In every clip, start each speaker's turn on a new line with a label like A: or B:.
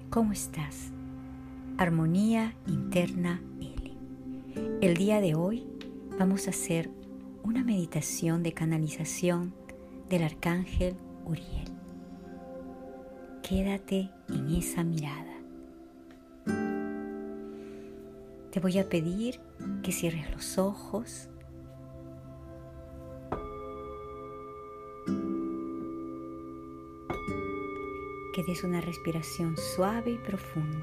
A: ¿Cómo estás? Armonía Interna L. El día de hoy vamos a hacer una meditación de canalización del Arcángel Uriel. Quédate en esa mirada. Te voy a pedir que cierres los ojos. Que des una respiración suave y profunda.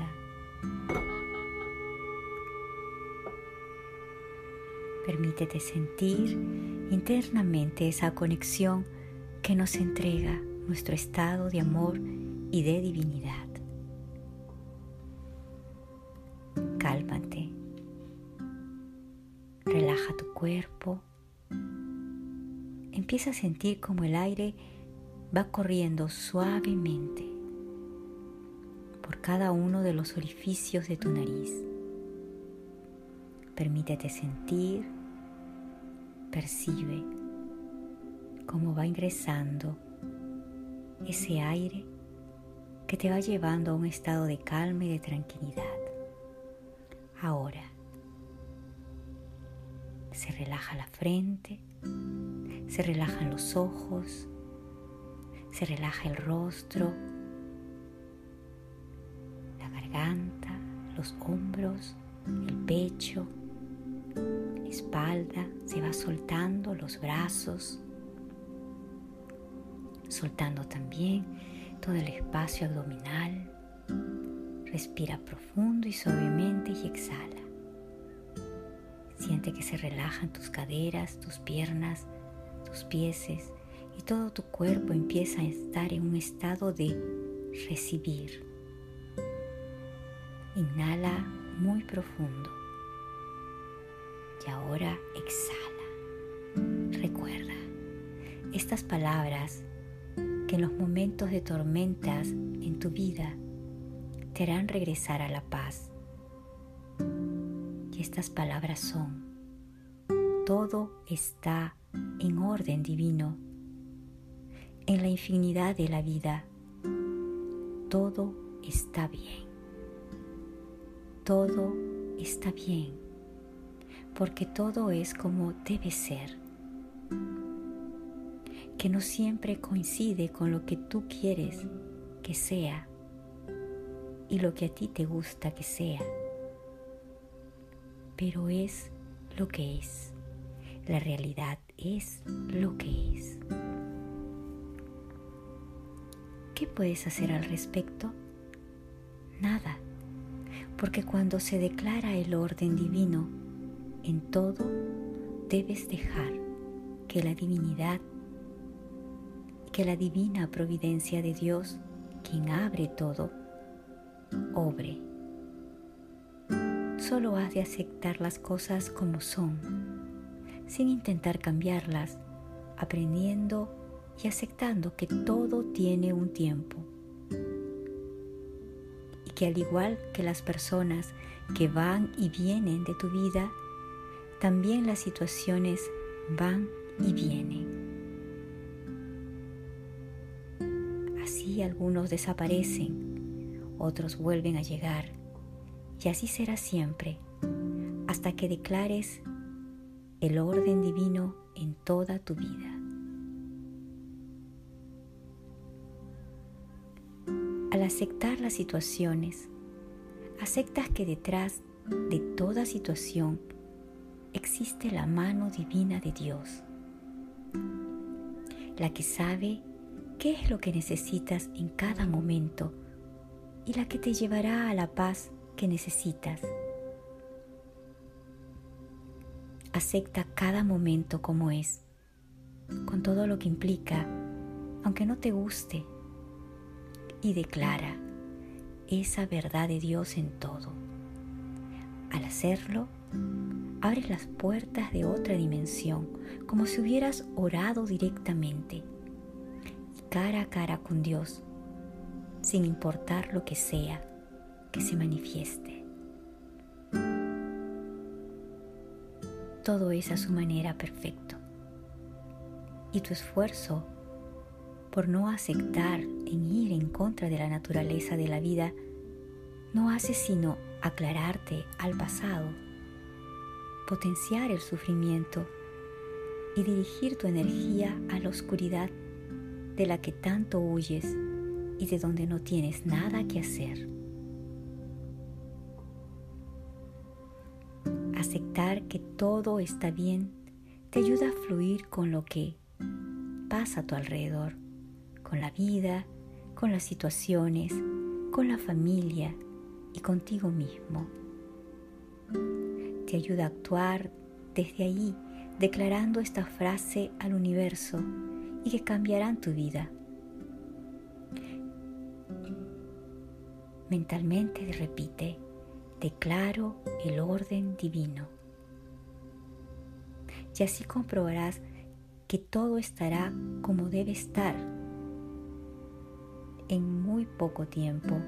A: Permítete sentir internamente esa conexión que nos entrega nuestro estado de amor y de divinidad. Cálmate. Relaja tu cuerpo. Empieza a sentir como el aire va corriendo suavemente por cada uno de los orificios de tu nariz. Permítete sentir, percibe cómo va ingresando ese aire que te va llevando a un estado de calma y de tranquilidad. Ahora, se relaja la frente, se relajan los ojos, se relaja el rostro, la garganta, los hombros, el pecho, la espalda, se va soltando los brazos, soltando también todo el espacio abdominal. Respira profundo y suavemente y exhala. Siente que se relajan tus caderas, tus piernas, tus pies y todo tu cuerpo empieza a estar en un estado de recibir. Inhala muy profundo y ahora exhala. Recuerda estas palabras que en los momentos de tormentas en tu vida te harán regresar a la paz. Y estas palabras son: todo está en orden divino. En la infinidad de la vida, todo está bien. Todo está bien, porque todo es como debe ser. Que no siempre coincide con lo que tú quieres que sea y lo que a ti te gusta que sea, pero es lo que es. La realidad es lo que es. ¿Qué puedes hacer al respecto? Nada, porque cuando se declara el orden divino en todo, debes dejar que la divinidad, que la divina providencia de Dios, quien abre todo, obre. Solo has de aceptar las cosas como son, sin intentar cambiarlas, aprendiendo y aceptando que todo tiene un tiempo. Y que al igual que las personas que van y vienen de tu vida, también las situaciones van y vienen. Así algunos desaparecen, otros vuelven a llegar, y así será siempre, hasta que declares el orden divino en toda tu vida. Al aceptar las situaciones, aceptas que detrás de toda situación existe la mano divina de Dios, la que sabe qué es lo que necesitas en cada momento y la que te llevará a la paz que necesitas. Acepta cada momento como es, con todo lo que implica, aunque no te guste, y declara esa verdad de Dios en todo. Al hacerlo, abres las puertas de otra dimensión, como si hubieras orado directamente, y cara a cara con Dios, sin importar lo que sea que se manifieste. Todo es a su manera perfecto, y tu esfuerzo por no aceptar en ir en contra de la naturaleza de la vida no hace sino aclararte al pasado, potenciar el sufrimiento y dirigir tu energía a la oscuridad de la que tanto huyes y de donde no tienes nada que hacer. Aceptar que todo está bien te ayuda a fluir con lo que pasa a tu alrededor, con la vida, con las situaciones, con la familia y contigo mismo. Te ayuda a actuar desde ahí, declarando esta frase al universo y que cambiarán tu vida. Mentalmente repite: declaro el orden divino. Y así comprobarás que todo estará como debe estar en muy poco tiempo.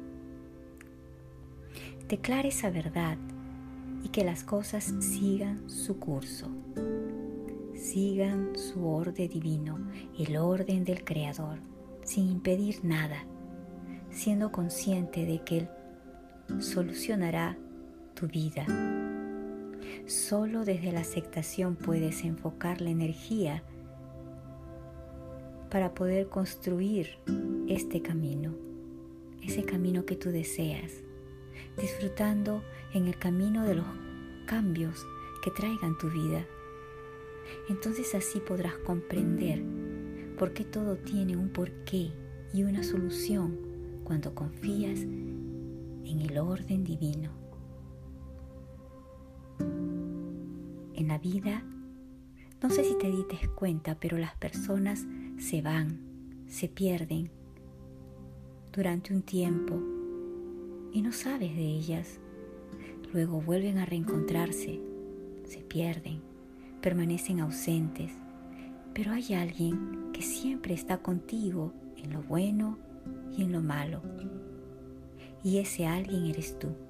A: Declara esa verdad y que las cosas sigan su curso, sigan su orden divino, el orden del Creador, sin impedir nada, siendo consciente de que Él solucionará tu vida. Solo desde la aceptación puedes enfocar la energía para poder construir este camino, ese camino que tú deseas, disfrutando en el camino de los cambios que traigan tu vida. Entonces así podrás comprender por qué todo tiene un porqué y una solución cuando confías en el orden divino. En la vida, no sé si te diste cuenta, pero las personas se van, se pierden durante un tiempo y no sabes de ellas. Luego vuelven a reencontrarse, se pierden, permanecen ausentes, pero hay alguien que siempre está contigo en lo bueno y en lo malo. Y ese alguien eres tú.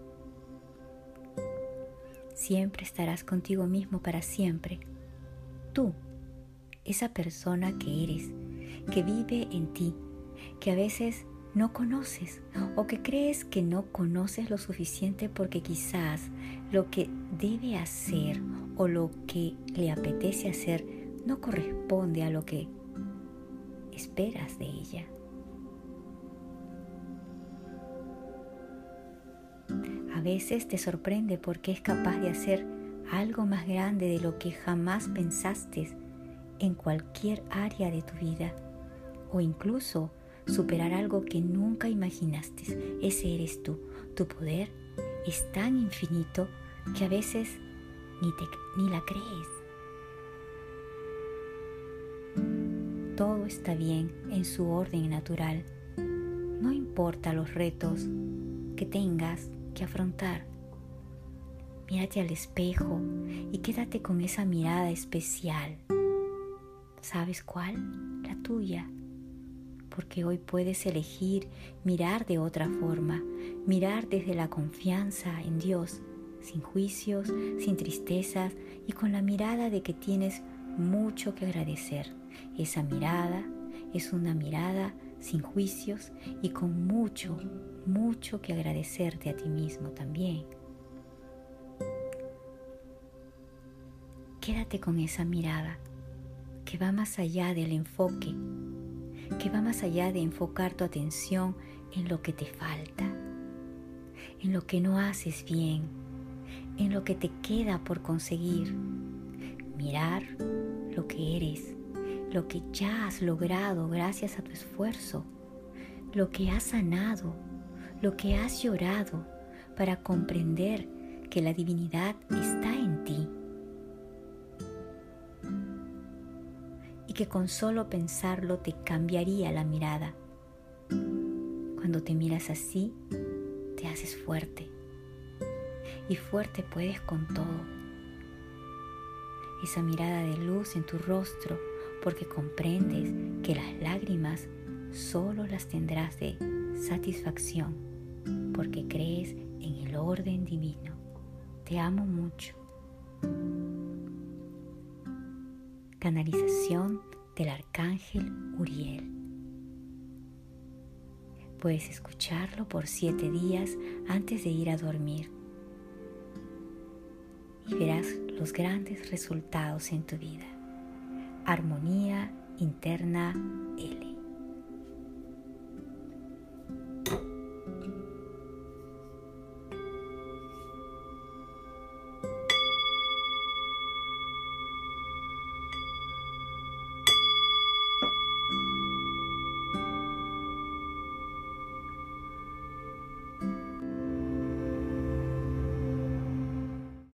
A: Siempre estarás contigo mismo para siempre. Tú, esa persona que eres, que vive en ti, que a veces no conoces o que crees que no conoces lo suficiente porque quizás lo que debe hacer o lo que le apetece hacer no corresponde a lo que esperas de ella. A veces te sorprende porque es capaz de hacer algo más grande de lo que jamás pensaste en cualquier área de tu vida, o incluso superar algo que nunca imaginaste. Ese eres tú. Tu poder es tan infinito que a veces ni la crees. Todo está bien en su orden natural. No importa los retos que tengas que afrontar. Mírate al espejo y quédate con esa mirada especial. ¿Sabes cuál? La tuya. Porque hoy puedes elegir mirar de otra forma, mirar desde la confianza en Dios, sin juicios, sin tristezas y con la mirada de que tienes mucho que agradecer. Esa mirada es una mirada sin juicios y con mucho que agradecerte a ti mismo también. Quédate con esa mirada que va más allá del enfoque, que va más allá de enfocar tu atención en lo que te falta, en lo que no haces bien, en lo que te queda por conseguir. Mirar lo que eres, lo que ya has logrado gracias a tu esfuerzo, lo que has sanado, lo que has llorado para comprender que la divinidad está en ti y que con solo pensarlo te cambiaría la mirada. Cuando te miras así, te haces fuerte y fuerte puedes con todo. Esa mirada de luz en tu rostro porque comprendes que las lágrimas solo las tendrás de satisfacción porque crees en el orden divino. Te amo mucho. Canalización del Arcángel Uriel. Puedes escucharlo por 7 días antes de ir a dormir y verás los grandes resultados en tu vida. Armonía Interna L.